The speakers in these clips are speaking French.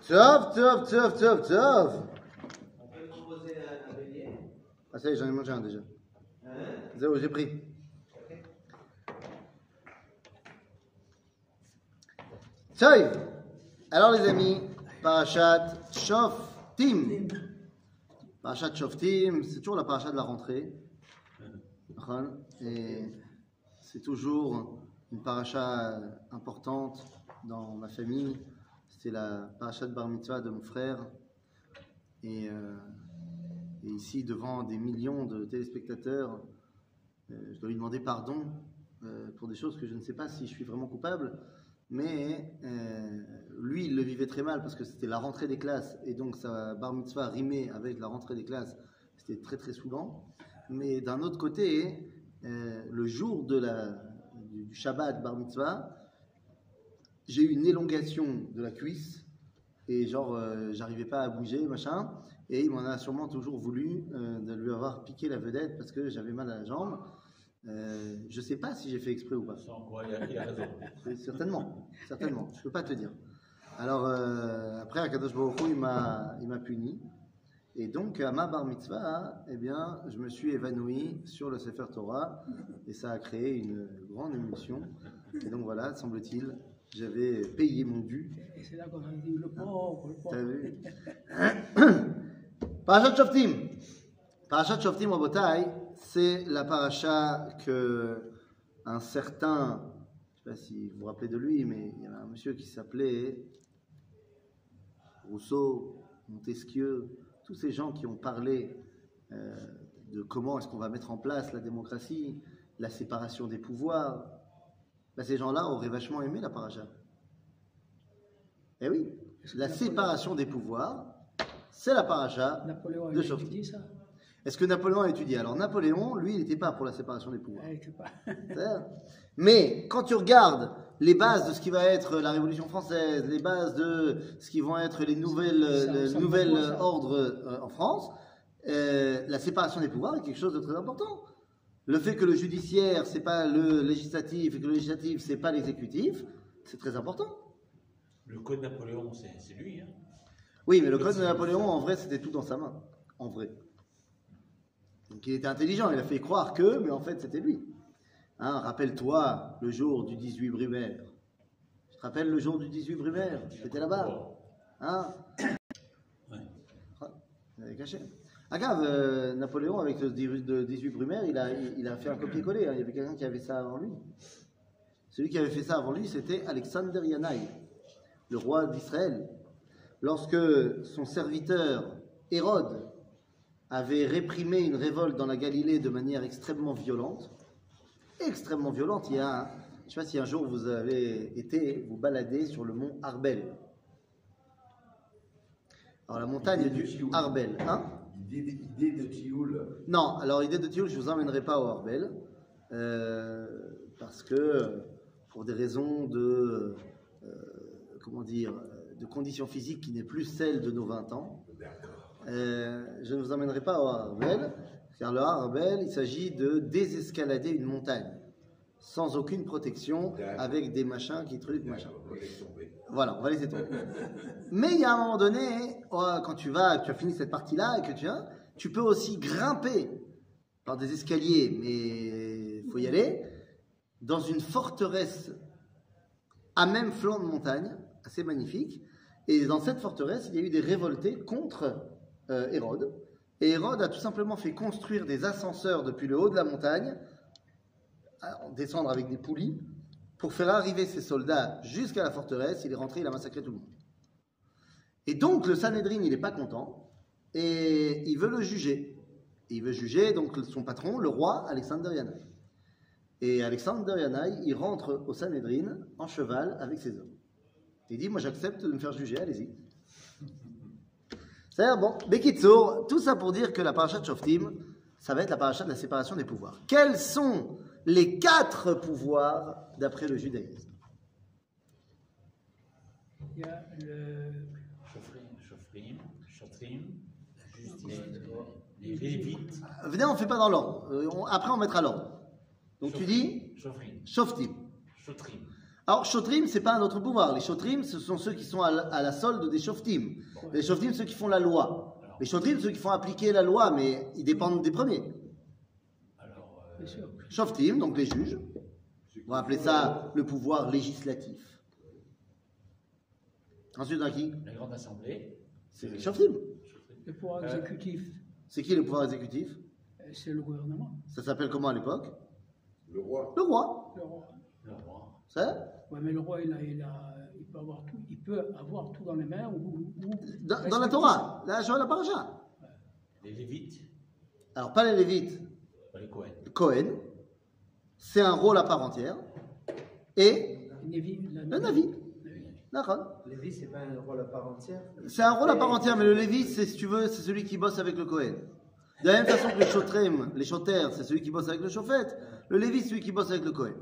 Tov, tov, tov, tov, tov. On peut proposer un bélier. Ah ça y est, j'en ai mangé un déjà. Zéro, j'ai pris. Tov. Alors les amis, Parashat Shoftim. Parashat Shoftim, c'est toujours la parashat de la rentrée. Et c'est toujours une paracha importante dans ma famille. C'était la parashat Bar Mitzvah de mon frère. Et ici, devant des millions de téléspectateurs, je dois lui demander pardon pour des choses que je ne sais pas si je suis vraiment coupable. Mais lui, il le vivait très mal parce que c'était la rentrée des classes. Et donc, sa Bar Mitzvah rimait avec la rentrée des classes. C'était très très saoulant. Mais d'un autre côté, le jour du Shabbat Bar Mitzvah, j'ai eu une élongation de la cuisse et genre j'arrivais pas à bouger machin, et il m'en a sûrement toujours voulu de lui avoir piqué la vedette parce que j'avais mal à la jambe. Je sais pas si j'ai fait exprès ou pas. Il a raison. Certainement, je peux pas te dire. Alors après Akadosh Baruch Hu, il m'a puni. Et donc, à ma bar mitzvah, eh bien, je me suis évanoui sur le Sefer Torah et ça a créé une grande émotion. Et donc voilà, semble-t-il, j'avais payé mon dû. Et c'est là qu'on a dit le pauvre. T'as vu? Parashat Shoftim. Parashat Shoftim, Rabotai, c'est la paracha que un certain, je ne sais pas si vous vous rappelez de lui, mais il y avait un monsieur qui s'appelait Rousseau, Montesquieu. Tous ces gens qui ont parlé de comment est-ce qu'on va mettre en place la démocratie, la séparation des pouvoirs, ben ces gens-là auraient vachement aimé la paracha. Eh oui, la séparation des pouvoirs, c'est la paracha de Shoftim. Est-ce que Napoléon a étudié? Alors Napoléon, lui, il n'était pas pour la séparation des pouvoirs. Mais quand tu regardes les bases de ce qui va être la Révolution française, les bases de ce qui vont être les nouvelles ordres en France, la séparation des pouvoirs est quelque chose de très important. Le fait que le judiciaire, c'est pas le législatif et que le législatif, c'est pas l'exécutif, c'est très important. Le code Napoléon, c'est lui. Hein. Oui, mais le code de Napoléon, en vrai, c'était tout dans sa main. En vrai. Donc il était intelligent, il a fait croire que, mais en fait, c'était lui. Hein, rappelle-toi le jour du 18 Brumaire. Tu te rappelles le jour du 18 Brumaire? J'étais là-bas. Hein? Ouais. Il avait caché. Agave, Napoléon, avec le 18 Brumaire, il a fait un copier-coller. Hein. Il y avait quelqu'un qui avait ça avant lui. Celui qui avait fait ça avant lui, c'était Alexander Yanaï, le roi d'Israël. Lorsque son serviteur Hérode avait réprimé une révolte dans la Galilée de manière extrêmement violente, il y a je ne sais pas si un jour vous avez été vous balader sur le mont Arbel. Alors la montagne du Arbel, hein? Idée de Tioul. Non, alors idée de Tioul, je ne vous emmènerai pas au Arbel parce que pour des raisons de de conditions physiques qui n'est plus celle de nos 20 ans. Je ne vous emmènerai pas au Arbel. Car le Arbel, il s'agit de désescalader une montagne sans aucune protection, avec des machins qui truquent, machin. Voilà, on va laisser tomber. Mais il y a un moment donné, quand tu as fini cette partie-là et que tu peux aussi grimper par des escaliers, mais il faut y aller, dans une forteresse à même flanc de montagne, assez magnifique. Et dans cette forteresse, il y a eu des révoltés contre Hérode. Et Hérode a tout simplement fait construire des ascenseurs depuis le haut de la montagne, descendre avec des poulies, pour faire arriver ses soldats jusqu'à la forteresse. Il est rentré, il a massacré tout le monde. Et donc le Sanhédrin, il n'est pas content, et il veut le juger. Et il veut juger donc son patron, le roi Alexander Yanaï. Et Alexander Yanaï, il rentre au Sanhédrin en cheval avec ses hommes. Il dit, moi j'accepte de me faire juger, allez-y. C'est-à-dire, bon, Bekitsour, tout ça pour dire que la parasha de Shoftim, ça va être la parasha de la séparation des pouvoirs. Quels sont les 4 pouvoirs d'après le judaïsme? Il y a le Shofrim, les Lévites. Venez, on ne fait pas dans l'ordre. Après, on mettra l'ordre. Donc tu dis Shofrim. Shoftim. Shotrim. Alors, Shotrim, c'est pas un autre pouvoir. Les Shotrim, ce sont ceux qui sont à la solde des Shoftim. Les Shoftim, ceux qui font la loi. Les Shotrim, ceux qui font appliquer la loi, mais ils dépendent des premiers. Alors, Bien sûr. Shoftim, donc les juges. On va appeler ça le pouvoir législatif. Ensuite, on a qui? la grande assemblée, C'est les Shoftim. Le pouvoir exécutif, C'est qui le pouvoir exécutif? c'est le gouvernement. Ça s'appelle comment à l'époque? Le roi. Le roi. Le roi. le roi. C'est Ouais, mais le roi, il peut avoir tout dans les mains dans la Torah, la Shoah, la Paracha. Les Lévites, Alors, pas les Lévites, les Cohen. Cohen, c'est un rôle à part entière. Et le Navi. D'accord. Lévi, c'est pas un rôle à part entière. C'est un rôle à part entière, mais le Lévi, c'est, si tu veux, c'est celui qui bosse avec le Cohen. De la même façon que les Shotrim, les Shoters, c'est celui qui bosse avec le Shofet, le Lévi, c'est celui qui bosse avec le Cohen.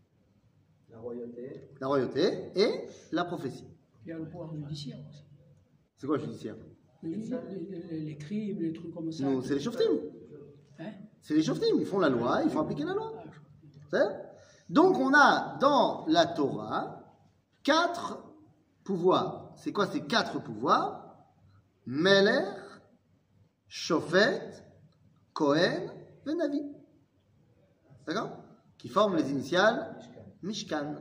La royauté et la prophétie. Il y a le pouvoir judiciaire aussi. C'est quoi le judiciaire? Les crimes, les trucs comme ça. Non, c'est les Shoftim. Hein? C'est les Shoftim, ils font la loi, ils font appliquer la loi. Ah, C'est? Donc on a dans la Torah 4 pouvoirs. C'est quoi ces 4 pouvoirs? Meler, Shofet, Kohen et Navi. D'accord? Qui forment les initiales Mishkan.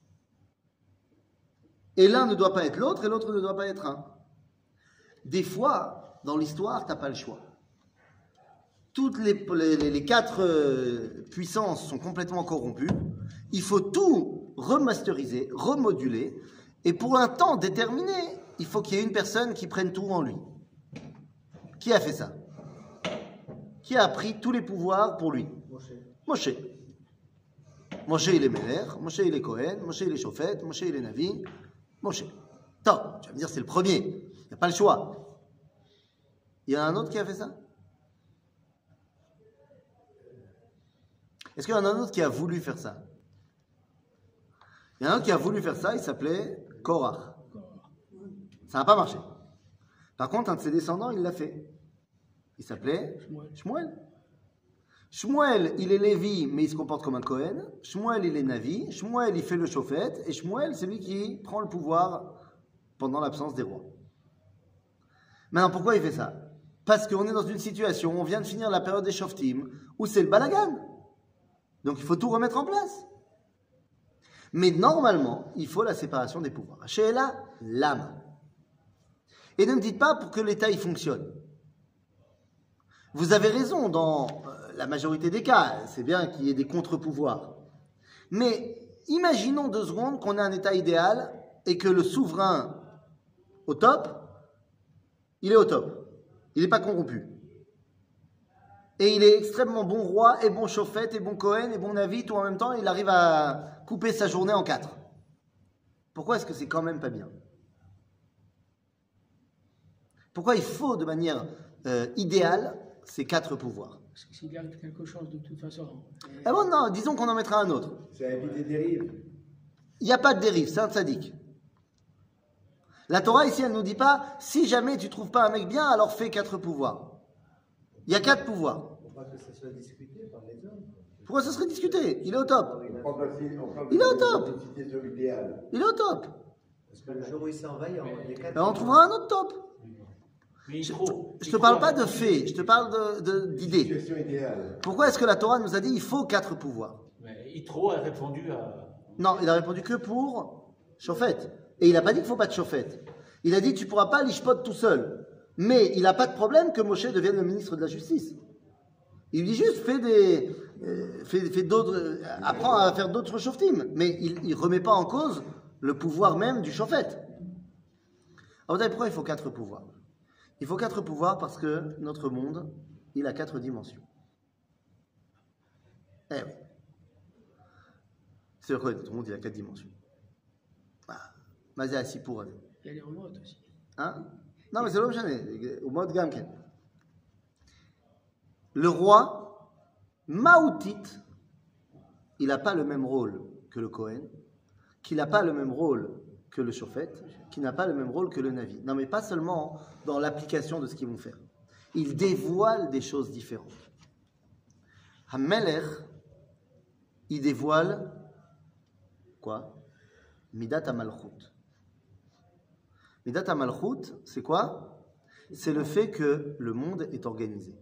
Et l'un ne doit pas être l'autre et l'autre ne doit pas être un. Des fois, dans l'histoire, tu n'as pas le choix. Toutes les 4 puissances sont complètement corrompues. Il faut tout remasteriser, remoduler. Et pour un temps déterminé, il faut qu'il y ait une personne qui prenne tout en lui. Qui a fait ça? Qui a pris tous les pouvoirs pour lui? Moshe. Moshe, il est Meler, Moshe, il est Kohen, Moshe, il est Shofet, Moshe, il est Navi. Moshe. Attends, tu vas me dire, c'est le premier. Il n'y a pas le choix. Il y en a un autre qui a fait ça? Est-ce qu'il y en a un autre qui a voulu faire ça? Il y en a un autre qui a voulu faire ça, il s'appelait Korach. Ça n'a pas marché. Par contre, un de ses descendants, il l'a fait. Il s'appelait Shmuel. Shmuel, il est Lévi, mais il se comporte comme un Kohen. Shmuel, il est Navi. Shmuel, il fait le Shofet. Et Shmuel, c'est lui qui prend le pouvoir pendant l'absence des rois. Maintenant, pourquoi il fait ça? Parce qu'on est dans une situation, on vient de finir la période des Shoftim, où c'est le balagan. Donc il faut tout remettre en place. Mais normalement, il faut la séparation des pouvoirs. She'ela, l'âme. Et ne me dites pas pour que l'État y fonctionne. Vous avez raison dans la majorité des cas, c'est bien qu'il y ait des contre-pouvoirs. Mais imaginons 2 secondes qu'on ait un État idéal et que le souverain au top, il est au top. Il n'est pas corrompu. Et il est extrêmement bon roi et bon Shofet et bon Kohen et bon Navi, tout en même temps, il arrive à couper sa journée en 4. Pourquoi est-ce que c'est quand même pas bien? Pourquoi il faut de manière idéale ces 4 pouvoirs? Parce que s'il y a quelque chose de toute façon. Ah bon, non, disons qu'on en mettra un autre. Ça évite des dérives. Il n'y a pas de dérive, c'est un tzaddik. La Torah ici, elle ne nous dit pas, si jamais tu ne trouves pas un mec bien, alors fais 4 pouvoirs. Il y a 4 pouvoirs. Pour pas que ça soit discuté par les hommes. Pourquoi ça serait discuté? Il est au top. Il est au top. Idéal. Il est au top. Parce que le jour où il s'en va, il y aura des 4. Alors on trouvera un autre top. Mais Je ne te parle pas de faits, je te parle d'idées. Situation idéale. Pourquoi est-ce que la Torah nous a dit il faut 4 pouvoirs? Mais Yitro a répondu à. Non, il a répondu que pour Shofet. Et il n'a pas dit qu'il ne faut pas de Shofet. Il a dit tu ne pourras pas l'ishpot tout seul. Mais il n'a pas de problème que Moshe devienne le ministre de la Justice. Il dit juste fais d'autres, apprends à faire d'autres shoftim. Mais il ne remet pas en cause le pouvoir même du Shofet. Alors vous savez pourquoi il faut 4 pouvoirs? Il faut 4 pouvoirs parce que notre monde, il a 4 dimensions. Eh oui. C'est quoi notre monde, il a 4 dimensions. Mazé assis pour aller. Il y a les remotes aussi. Hein? Non, mais c'est l'homme chané, au mode Gamken. Le roi, Maoutit, il n'a pas le même rôle que le Kohen, qu'il n'a pas le même rôle que le Shofet, qui n'a pas le même rôle que le Navi. Non, mais pas seulement dans l'application de ce qu'ils vont faire. Ils dévoilent des choses différentes. Hameler, il dévoile quoi? Midat HaMalchut. Midat HaMalchut, c'est quoi? C'est le fait que le monde est organisé.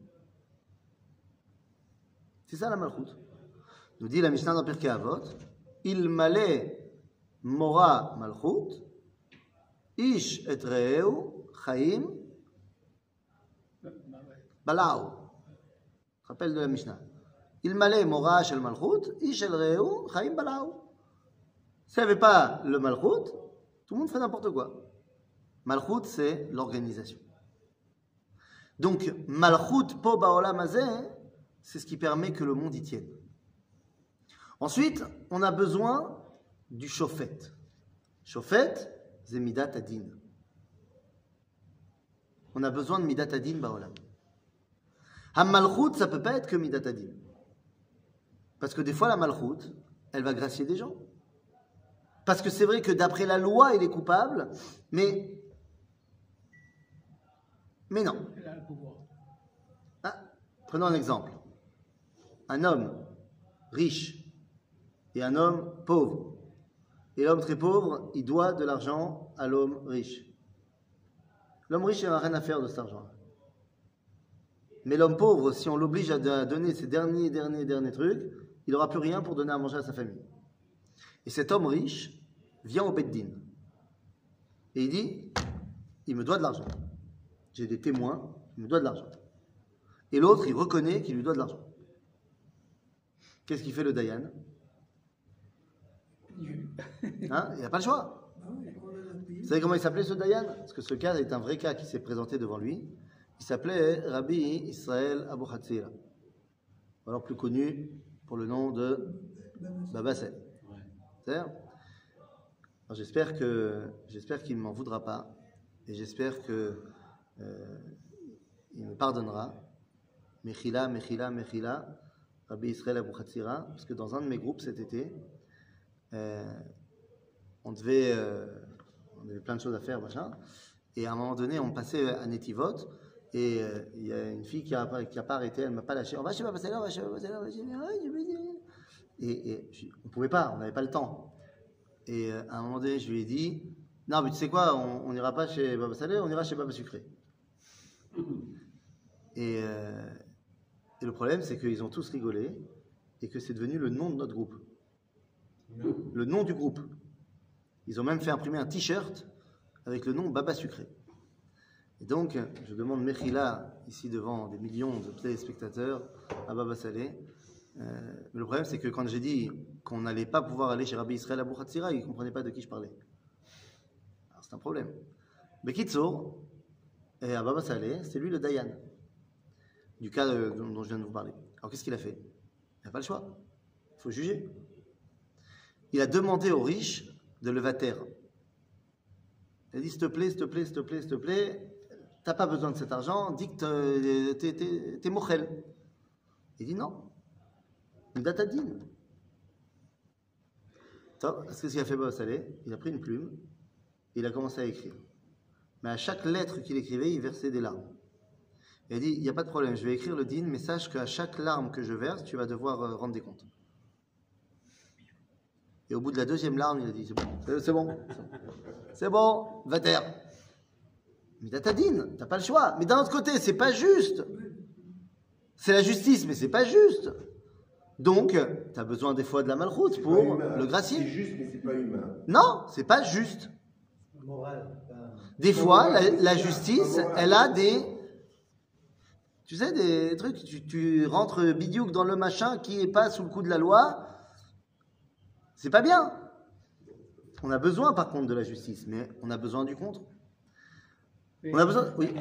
C'est ça la Malchut. Nous dit la Mishnah dans Pirkei Avot, il malé mora Malchut, ish et reu chaim balao. Rappel de la Mishnah. Il malé mora shel Malchut, ish el reu chaim balao. S'il n'y avait pas le Malchut, tout le monde fait n'importe quoi. Malchut, c'est l'organisation. Donc, Malchut po baolam hazeh, c'est ce qui permet que le monde y tienne. Ensuite, on a besoin du shofet. Shofet, c'est midat adin. On a besoin de midat adin baolam. Ha-malchut, ça peut pas être que midat adin. Parce que des fois, la malchut, elle va gracier des gens. Parce que c'est vrai que d'après la loi, il est coupable, mais non. Elle a le pouvoir. Ah, prenons un exemple. Un homme riche et un homme pauvre. Et l'homme très pauvre, il doit de l'argent à l'homme riche. L'homme riche, il n'a rien à faire de cet argent. Mais l'homme pauvre, si on l'oblige à donner ses derniers trucs, il n'aura plus rien pour donner à manger à sa famille. Et cet homme riche vient au Beit Din. Et il dit, il me doit de l'argent. J'ai des témoins, il me doit de l'argent. Et l'autre, il reconnaît qu'il lui doit de l'argent. Qu'est-ce qu'il fait le Dayan? Hein? Il n'a pas le choix. Vous savez comment il s'appelait ce Dayan? Parce que ce cas est un vrai cas qui s'est présenté devant lui. Il s'appelait Rabbi Israël Abuchatzira. Alors plus connu pour le nom de Baba Sel. C'est-à-dire, j'espère qu'il ne m'en voudra pas. Et j'espère qu'il me pardonnera. Mechila, Mechila, Mechila. Rabbi Israël Abuchatzira, parce que dans un de mes groupes cet été, on avait plein de choses à faire, machin, et à un moment donné, on passait à Netivot, et il y a une fille qui a pas arrêté, elle ne m'a pas lâché, on va chez Baba Sela, on va chez Baba Sela, et on ne pouvait pas, on n'avait pas le temps. Et à un moment donné, je lui ai dit, non mais tu sais quoi, on n'ira pas chez Baba Sela, on ira chez Baba Sucré. Et le problème, c'est qu'ils ont tous rigolé et que c'est devenu le nom de notre groupe. Le nom du groupe. Ils ont même fait imprimer un t-shirt avec le nom Baba Sucré. Et donc, je demande Mechila, ici devant des millions de téléspectateurs, à Baba Salé. Mais le problème, c'est que quand j'ai dit qu'on n'allait pas pouvoir aller chez Rabbi Israël Abuchatzira, ils ne comprenaient pas de qui je parlais. Alors, c'est un problème. Bekitsour, et à Baba Salé, c'est lui le Dayan. Du cas dont je viens de vous parler. Alors qu'est-ce qu'il a fait? Il n'a pas le choix. Il faut juger. Il a demandé aux riches de le vater. Il a dit, s'il te plaît, s'il te plaît, s'il te plaît, s'il te plaît, t'as pas besoin de cet argent, dis que t'es mochel. Il dit non. Midat hadin. Qu'est-ce qu'il a fait Baba Salé? Il a pris une plume et il a commencé à écrire. Mais à chaque lettre qu'il écrivait, il versait des larmes. Il a dit, il n'y a pas de problème, je vais écrire le din, mais sache qu'à chaque larme que je verse, tu vas devoir rendre des comptes. Et au bout de la deuxième larme, il a dit, c'est bon, va taire. Mais t'as ta din, t'as pas le choix. Mais d'un autre côté, c'est pas juste. C'est la justice, mais c'est pas juste. Donc, t'as besoin des fois de la malchoute pour le gracier. C'est juste, mais c'est pas humain. Non, c'est pas juste. Moral. Des fois, la justice, elle a des... Tu sais, des trucs, tu rentres bidiouk dans le machin qui n'est pas sous le coup de la loi, c'est pas bien. On a besoin par contre de la justice, mais on a besoin du contre. Mais on a besoin, oui.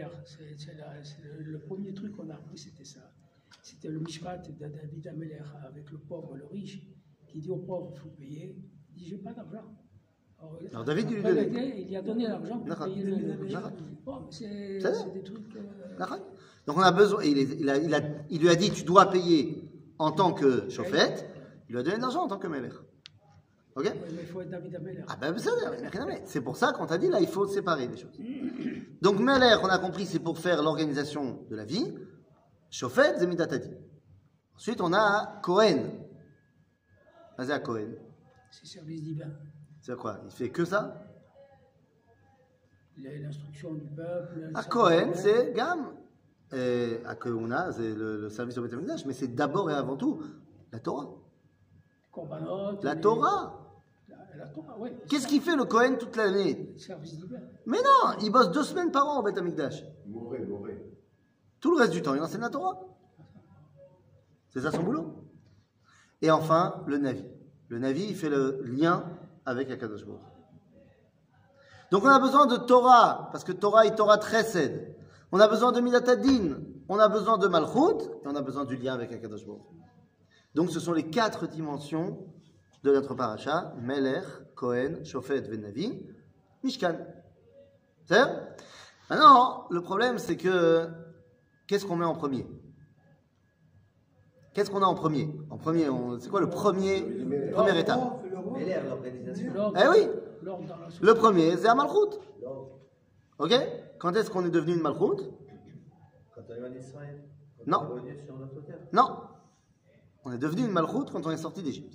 Le premier truc qu'on a appris, c'était ça. C'était le Mishpat de David Ameler avec le pauvre, le riche, qui dit au pauvre, il faut payer. Il dit, j'ai pas d'argent. Alors David, il lui a donné l'argent pour payer le bon, c'est des trucs... Donc on a besoin, il lui a dit, tu dois payer en tant que chauffette, il lui a donné de l'argent en tant que Meler. Ok? Mais il faut être David Ameler. Ah ben c'est pour ça qu'on t'a dit, là, il faut séparer les choses. Donc Meler, on a compris, c'est pour faire l'organisation de la vie. Chauffette, c'est Midatadi. Ensuite, on a Cohen. Vas-y à Cohen. C'est service divin. C'est quoi? Il fait que ça? L'instruction du peuple. À Cohen, c'est Gam. Et à Keuna, c'est le service au Beth Amikdash, mais c'est d'abord et avant tout la Torah. Korbanot, La Torah. La Torah, oui. Qu'est-ce qu'il fait le Cohen toute l'année? Service divin. Mais non, il bosse 2 semaines par an au Beth Amikdash. Mourir. Tout le reste du temps, il enseigne la Torah. C'est ça son boulot. Et enfin, le Navi. Le Navi, il fait le lien avec Akadosh Baruch. Donc on a besoin de Torah, parce que Torah est Torah Chesed. On a besoin de Midat Hadin, on a besoin de Malchut, et on a besoin du lien avec Akadosh Baruch. Donc ce sont les 4 dimensions de notre paracha, Melech, Kohen, Shofet, Venavi, Mishkan. C'est ça? Maintenant, le problème c'est que, qu'est-ce qu'on met en premier? Qu'est-ce qu'on a en premier? En premier, c'est quoi le première étape? Mais l'air, l'organisation. L'ordre, Eh oui, l'ordre dans la société. le premier, c'est un Malchut. L'ordre. Ok? Quand est-ce qu'on est devenu une Malchut? Quand on est en Israël. Quand Non. on est revenu sur notre terre. Non. On est devenu une Malchut quand on est sorti d'Égypte.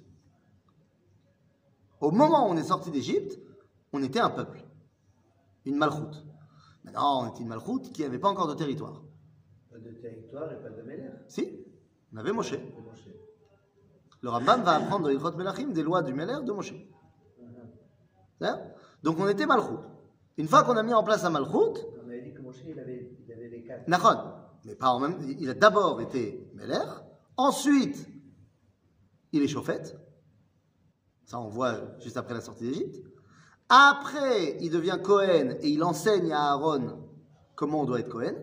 Au moment où on est sorti d'Égypte, on était un peuple. Une Malchut. Maintenant, on était une Malchut qui n'avait pas encore de territoire. Pas de territoire et pas de Méler. Si, on avait Moshe. De Moshe. Le Rambam va apprendre dans Ilchot Melachim des lois du Meler de Moshe. Hein? Donc on était Malchut. Une fois qu'on a mis en place un Malchut, On avait dit que Moshe, il avait les 4. Nachon, mais pas en même. Il a d'abord été Meler, ensuite il est Shofet. Ça on voit juste après la sortie d'Égypte. Après, il devient Kohen et il enseigne à Aaron comment on doit être Kohen.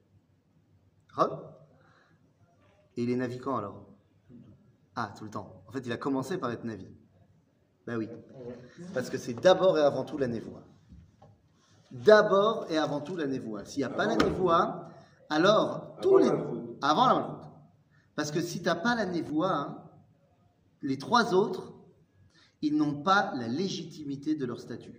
Et il est Navi quand alors? Ah, tout le temps. En fait, il a commencé par être Navi. Ben oui. Parce que c'est d'abord et avant tout la névoie. D'abord et avant tout la névoie. S'il n'y a pas la névoie, alors tous les... Avant la Malchut. Parce que si tu n'as pas la névoie, hein, les 3 autres, ils n'ont pas la légitimité de leur statut.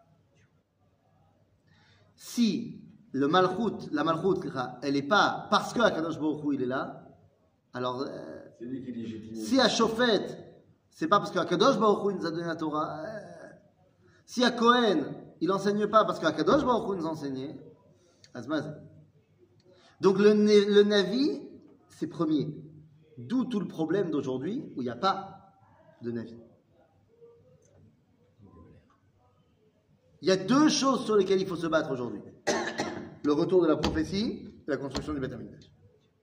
Si le Malchut, la Malchut, elle n'est pas parce que Akadosh Baruch Hu, il est là, alors... C'est lui qui légitime. Si à Shofet, c'est pas parce qu'Akadosh Baruch Hu nous a donné la Torah. Si à Cohen, il n'enseigne pas parce qu'Akadosh Baruch Hu nous a enseigné. Azmaz. Donc le Navi, c'est premier. D'où tout le problème d'aujourd'hui où il n'y a pas de Navi. Il y a 2 choses sur lesquelles il faut se battre aujourd'hui. Le retour de la prophétie et la construction du Beth Amikdash.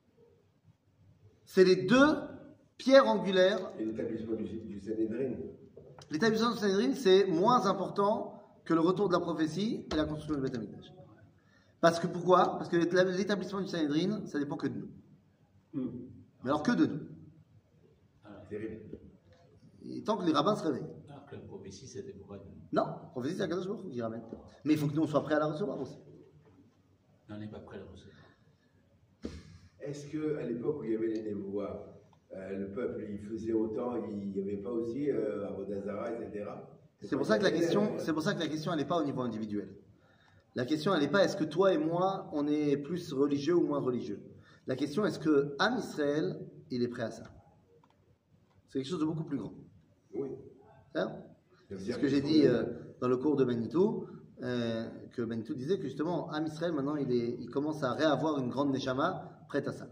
C'est les 2 pierres angulaires. Et l'établissement du Sanhédrin. L'établissement du Sanhédrin, c'est moins important que le retour de la prophétie et la construction du Beth Amikdash. Parce que pourquoi? Parce que l'établissement du Sanhédrin, ça dépend que de nous. Mais alors que de nous. Terrible. Et tant que les rabbins se réveillent. Alors que la prophétie, c'était pour elle. Non, la prophétie, c'est Akadosh Baruch Hu qui ramène. Mais il faut que nous on soit prêts à la recevoir aussi. On n'est pas prêt à le recevoir. Est-ce qu'à l'époque où il y avait les névois, le peuple il faisait autant, il n'y avait pas aussi Avodazara, etc. C'est pour ça que la question, elle n'est pas au niveau individuel. La question, elle n'est pas est-ce que toi et moi, on est plus religieux ou moins religieux. La question, est-ce que Am Israël, il est prêt à ça? C'est quelque chose de beaucoup plus grand. Oui. C'est ce que j'ai dit dans le cours de Manitou, que Manitou disait que justement, Am Israël, maintenant, il commence à réavoir une grande neshama prête à ça.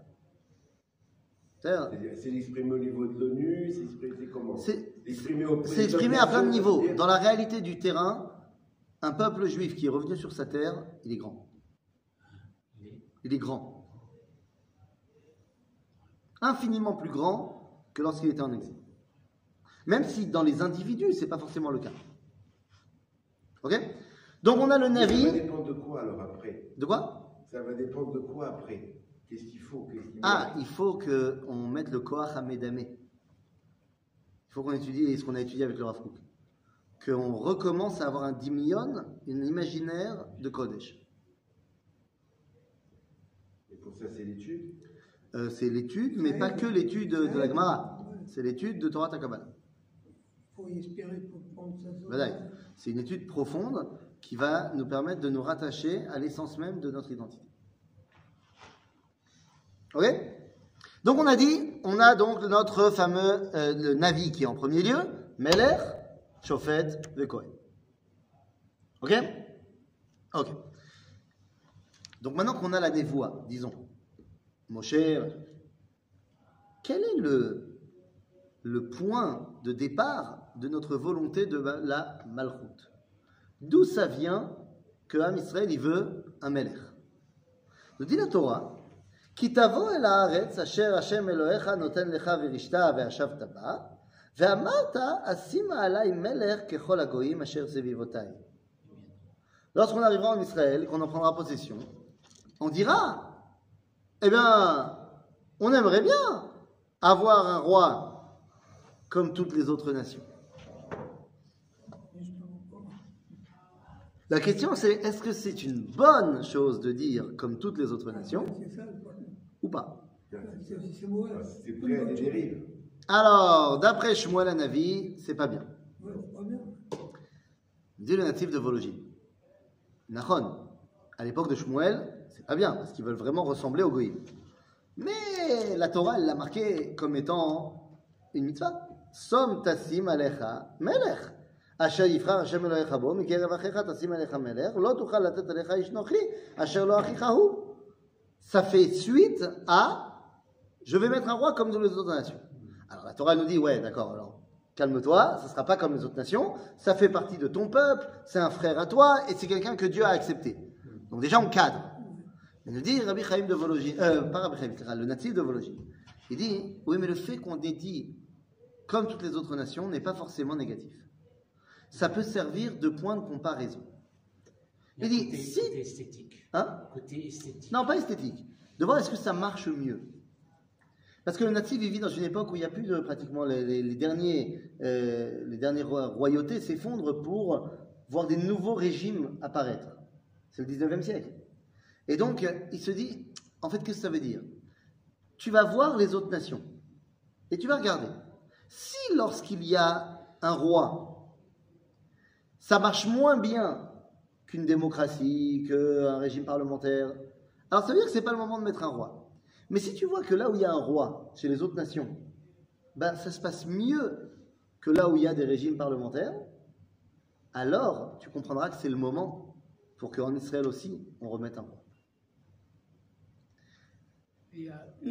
C'est exprimé au niveau de l'ONU, c'est comment? C'est exprimé à plein de niveaux. Dans la réalité du terrain, un peuple juif qui est revenu sur sa terre, il est grand. Il est grand. Infiniment plus grand que lorsqu'il était en exil. Même si dans les individus, ce n'est pas forcément le cas. Ok? Donc on a le Navi. Ça va dépendre de quoi alors après? De quoi? Ça va dépendre de quoi après? Qu'est-ce qu'il faut? Il faut qu'on mette le Koach Hamedamé. Il faut qu'on étudie ce qu'on a étudié avec le Rav Kook. Qu'on recommence à avoir un dimion, une imaginaire de Kodesh. Et pour ça, c'est l'étude? C'est l'étude, mais pas que l'étude de la Gemara. C'est l'étude de Torah Takabala. Il faut y espérer pour prendre sa zone. Voilà. C'est une étude profonde qui va nous permettre de nous rattacher à l'essence même de notre identité. Ok? Donc on a dit, on a donc notre fameux le Navi qui est en premier lieu, Meler, Shofet veKohen. Ok? Ok. Donc maintenant qu'on a la névoie, disons, Moshe, quel est le point de départ de notre volonté de la Malchut? D'où ça vient que Am Israël il veut un Melech? Nous dit la Torah, Ki tavo el haaretz asher Hashem Elohecha noten lecha verishta ve'ashavta ba, ve'amarta asima alai melech kechol hagoyim asher sevivotai. Lorsqu'on arrivera en Israël, qu'on en prendra possession, on dira, eh bien, on aimerait bien avoir un roi comme toutes les autres nations. La question c'est, est-ce que c'est une bonne chose de dire comme toutes les autres nations C'est ça le problème. ou pas? C'est moi. C'est prêt à des dérives. Alors, d'après Shmuel Hanavi, c'est pas bien. Ouais, c'est pas bien. Dit le natif de Vologine. Nachon, à l'époque de Shmuel, c'est pas bien, parce qu'ils veulent vraiment ressembler aux goïms. Mais la Torah, elle l'a marqué comme étant une mitzvah. Som tasim alecha melech. Asher yifrar Hashem Elohecha bo, mikerev achecha tasim alecha melech, lo tuchal latet alecha ish nochi, asher lo achicha hu. Ça fait suite à je vais mettre un roi comme dans les autres nations. Alors la Torah nous dit, ouais, d'accord, alors calme-toi, ça ne sera pas comme les autres nations, ça fait partie de ton peuple, c'est un frère à toi, et c'est quelqu'un que Dieu a accepté. Donc déjà on cadre. Il nous dit Rabbi Chaim de Vologine, pas Rabbi Chaim, le natif de Vologine. Il dit, oui, mais le fait qu'on ait dit comme toutes les autres nations n'est pas forcément négatif. Ça peut servir de point de comparaison. Il dit, côté, si... côté esthétique. Hein? Côté esthétique. Non, pas esthétique. De voir est-ce que ça marche mieux. Parce que le natif il vit dans une époque où il n'y a plus de pratiquement les dernières royautés s'effondrent pour voir des nouveaux régimes apparaître. C'est le 19e siècle. Et donc, il se dit, en fait, qu'est-ce que ça veut dire? Tu vas voir les autres nations et tu vas regarder. Si lorsqu'il y a un roi, ça marche moins bien qu'une démocratie, qu'un régime parlementaire, alors ça veut dire que ce n'est pas le moment de mettre un roi. Mais si tu vois que là où il y a un roi, chez les autres nations, ben, ça se passe mieux que là où il y a des régimes parlementaires, alors tu comprendras que c'est le moment pour qu'en Israël aussi, on remette un roi. Et,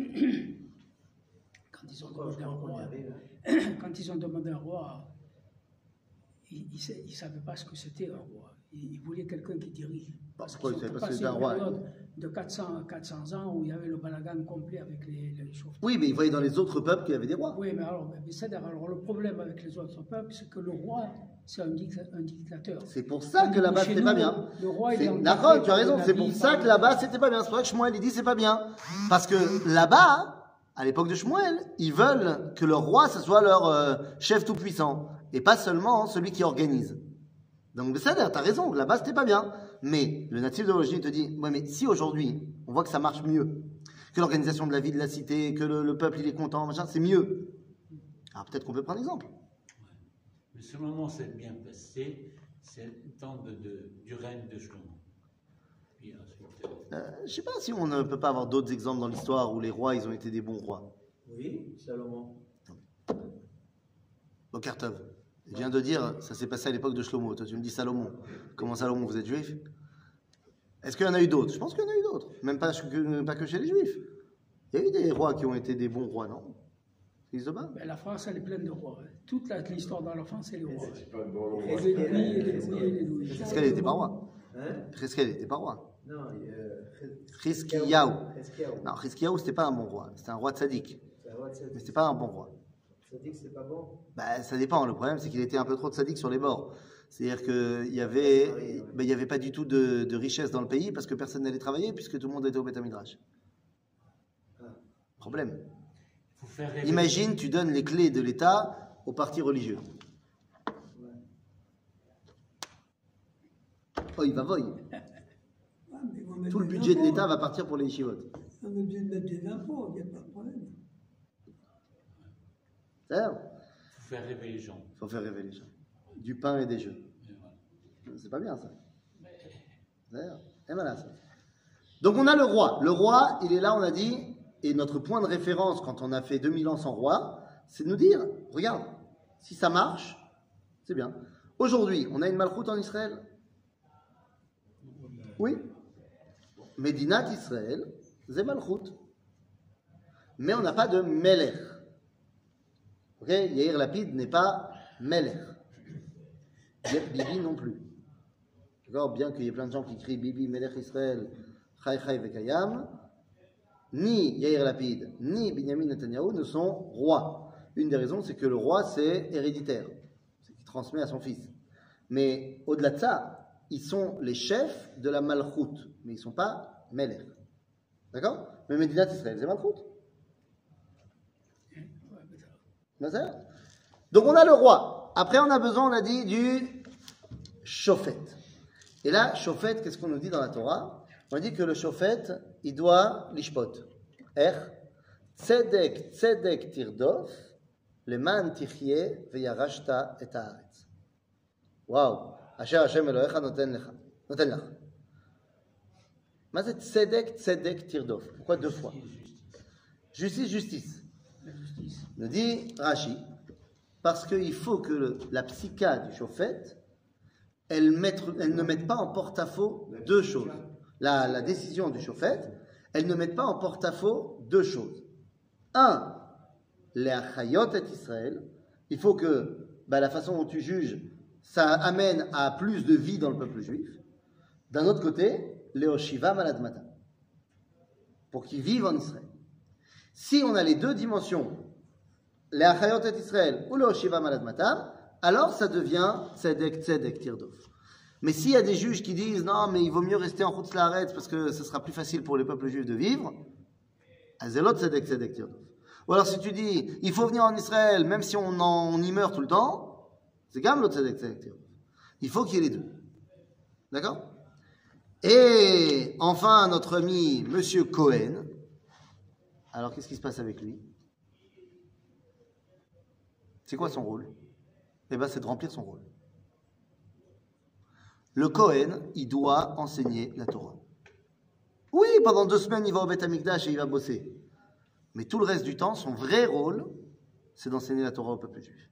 quand ils ont demandé un roi, quand ils ont demandé un roi, ils ne savaient pas ce que c'était un roi. Ils voulaient quelqu'un qui dirige. Parce Pourquoi ils qu'ils ne ont savaient pas ce que passé c'était un une roi? période de 400 ans où il y avait le balagan complet avec les chauffeurs. Oui, mais ils voyaient dans les autres peuples qu'il y avait des rois. Oui, mais alors le problème avec les autres peuples, c'est que le roi, c'est un dictateur. C'est pour ça que là-bas, c'était pas bien. Le roi, il est D'accord, tu as raison, c'est pour ça que là-bas, c'était pas bien. C'est pour ça que Shmuel, il dit c'est pas bien. Parce que là-bas, à l'époque de Shmuel, ils veulent que leur roi, ce soit leur chef tout-puissant. Et pas seulement celui qui organise. Donc, ça, tu as raison, là-bas, c'était pas bien. Mais le natif de l'origine te dit, ouais, mais si aujourd'hui, on voit que ça marche mieux, que l'organisation de la vie de la cité, que le peuple, il est content, machin, c'est mieux. Alors, peut-être qu'on peut prendre exemple. Mais ce moment s'est bien passé, c'est le temps du règne de Shlomo. Puis ensuite, Je sais pas si on ne peut pas avoir d'autres exemples dans l'histoire où les rois, ils ont été des bons rois. Oui, Salomon. Bokartov. Je viens de dire, ça s'est passé à l'époque de Shlomo. Toi, tu me dis Salomon. Comment Salomon, vous êtes juif? Est-ce qu'il y en a eu d'autres? Je pense qu'il y en a eu d'autres. Même pas que chez les juifs. Il y a eu des rois qui ont été des bons rois, non? C'est pas? Ben, la France, elle est pleine de rois. Toute l'histoire dans la France, c'est les rois. C'est pas le bon Et roi. les Louis, et les Louis, et les Louis. Cheskel n'était pas roi. Hein? Cheskel n'était pas roi. Non, Chizkiyahu. Chizkiyahu. Non, Chizkiyahu, c'était pas un bon roi. C'était un roi tzaddik. C'est un roi de Mais Sadiq. c'était pas un bon roi. Sadiq, c'est pas bon. Bah, ça dépend. Le problème, c'est qu'il était un peu trop tzaddik sur les bords. C'est-à-dire qu'il y avait pas du tout de richesse dans le pays parce que personne n'allait travailler puisque tout le monde était au Beth Midrash. Problème. il faut faire rêver. Imagine, tu donnes les clés de l'État aux partis religieux. Oh, il va voyer. Ah, mais ils vont mettre Tout le des budget de impôts. l'État va partir pour les yeshivot. On est obligé de mettre des impôts, il n'y a pas de problème. C'est-à-dire, Il faut faire rêver les gens. il faut faire rêver les gens. Du pain et des jeux. Et voilà. C'est pas bien ça. C'est-à-dire, et voilà ça. Donc on a le roi. Le roi, il est là, on a dit, et notre point de référence quand on a fait 2000 ans sans roi, c'est de nous dire, regarde, si ça marche, C'est bien. Aujourd'hui, on a une malchoute en Israël? Oui. Médinat Israël, c'est malchoute. Mais on n'a pas de Melech. Ok? Yair Lapid n'est pas Melech. Bibi non plus. D'accord? Bien qu'il y ait plein de gens qui crient Bibi, Melech Israël, Chai Chai Vekayam, ni Yair Lapid, ni Binyamin Netanyahu ne sont rois. Une des raisons, c'est que le roi, c'est héréditaire. C'est qu'il transmet à son fils. Mais au-delà de ça, ils sont les chefs de la Malchoute, mais ils ne sont pas Melech. D'accord? Mais Médinat Israël, c'est Malchoute. Donc on a le roi. Après, on a besoin, on a dit, du Shofet. Et là, Shofet, qu'est-ce qu'on nous dit dans la Torah? On dit que le Shofet, il doit l'ishpot. Tzedek, tzedek tirdof, leman tichye, veyarashta et haaretz. Waouh. Asher Hashem Elohecha noten lach. Mais c'est tzedek, tzedek tirdof. Pourquoi deux fois? Justice, justice. Nous dit Rashi, parce qu'il faut que la psycha du Shofet, elle ne mette pas en porte-à-faux deux choses. La décision du Shofet, elle ne mette pas en porte-à-faux deux choses. Un, les achayot et Israël, il faut que la façon dont tu juges, ça amène à plus de vie dans le peuple juif. D'un autre côté, les oshiva maladmata, pour qu'ils vivent en Israël. Si on a les deux dimensions, les achayot et Israël ou le oshiva maladmata, alors ça devient tzedek tzedek tirdof. Mais s'il y a des juges qui disent non, mais il vaut mieux rester en Chutz Laaretz parce que ce sera plus facile pour les peuples juifs de vivre, azelot tzedek tzedek tirdof. Ou alors si tu dis il faut venir en Israël même si on y meurt tout le temps, c'est quand même l'autre tzedek tzedek tirdof. Il faut qu'il y ait les deux. D'accord? Et enfin notre ami Monsieur Cohen. Alors qu'est-ce qui se passe avec lui? C'est quoi son rôle? Eh bien, c'est de remplir son rôle. Le Kohen, il doit enseigner la Torah. Oui, pendant 2 semaines, il va au Beth Amikdash et il va bosser. Mais tout le reste du temps, son vrai rôle, c'est d'enseigner la Torah au peuple juif.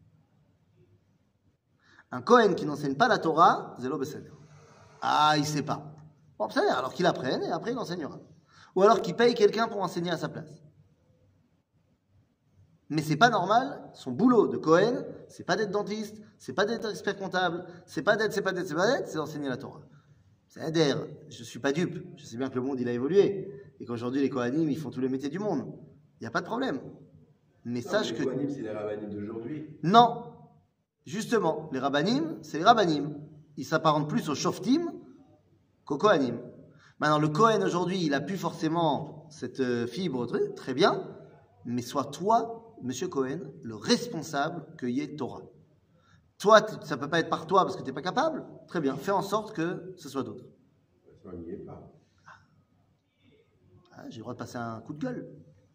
Un Kohen qui n'enseigne pas la Torah, zélo beseder. Ah, il ne sait pas. Bon, ça veut alors qu'il apprenne et après il enseignera. Ou alors qu'il paye quelqu'un pour enseigner à sa place. Mais c'est pas normal, son boulot de Cohen, c'est pas d'être dentiste, c'est pas d'être expert comptable, c'est d'enseigner la Torah. C'est-à-dire, je suis pas dupe, je sais bien que le monde il a évolué, et qu'aujourd'hui les Kohanim ils font tous les métiers du monde. Il n'y a pas de problème. Mais non, sache que. Les Kohanim, c'est les Rabbanim d'aujourd'hui. Non, justement, les Rabbanim, c'est les Rabbanim. Ils s'apparentent plus aux Shoftim qu'aux Kohanim. Maintenant, le Kohen aujourd'hui, il a plus forcément cette fibre, très bien, mais sois toi, Monsieur Cohen, le responsable qu'il y ait Torah. Toi, ça ne peut pas être par toi parce que tu n'es pas capable. Très bien, fais en sorte que ce soit d'autres. Ça n'y est pas. J'ai le droit de passer un coup de gueule.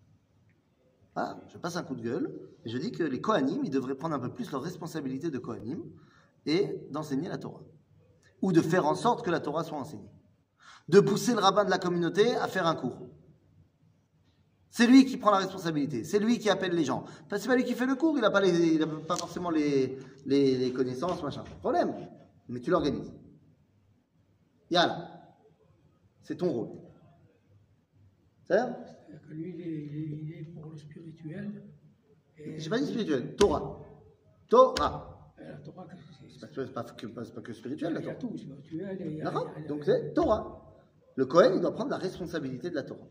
Je passe un coup de gueule et je dis que les Kohanim, ils devraient prendre un peu plus leur responsabilité de Kohanim et d'enseigner la Torah. Ou de faire en sorte que la Torah soit enseignée. De pousser le rabbin de la communauté à faire un cours. C'est lui qui prend la responsabilité, c'est lui qui appelle les gens. Enfin, c'est pas lui qui fait le cours, il n'a pas forcément les connaissances, machin. Problème, mais tu l'organises. Yalla, c'est ton rôle. C'est-à-dire que lui, il est pour le spirituel. J'ai pas dit spirituel, Torah. Torah. La Torah, c'est pas que spirituel, la il y a Torah. tout, spirituel. Et D'accord. Donc c'est Torah. Le Kohen, il doit prendre la responsabilité de la Torah.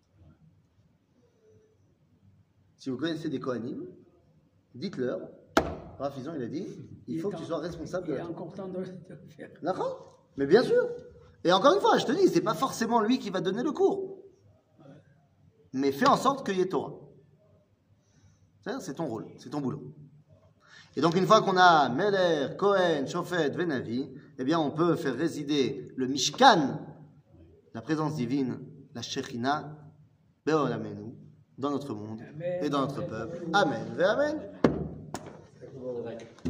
Si vous connaissez des Kohanim, dites-leur, Rav Fison, il a dit, il faut que tu sois responsable de la Torah. Il est encore temps de le faire. D'accord? Mais bien sûr. Et encore une fois, je te dis, c'est pas forcément lui qui va donner le cours. Mais fais en sorte qu'il y ait Torah. C'est ton rôle, c'est ton boulot. Et donc, une fois qu'on a Meler, Kohen, Shofet, Venavi, eh bien, on peut faire résider le Mishkan, la présence divine, la Shekhinah, Be'olamenu, dans notre monde et dans notre peuple. Amen. Amen.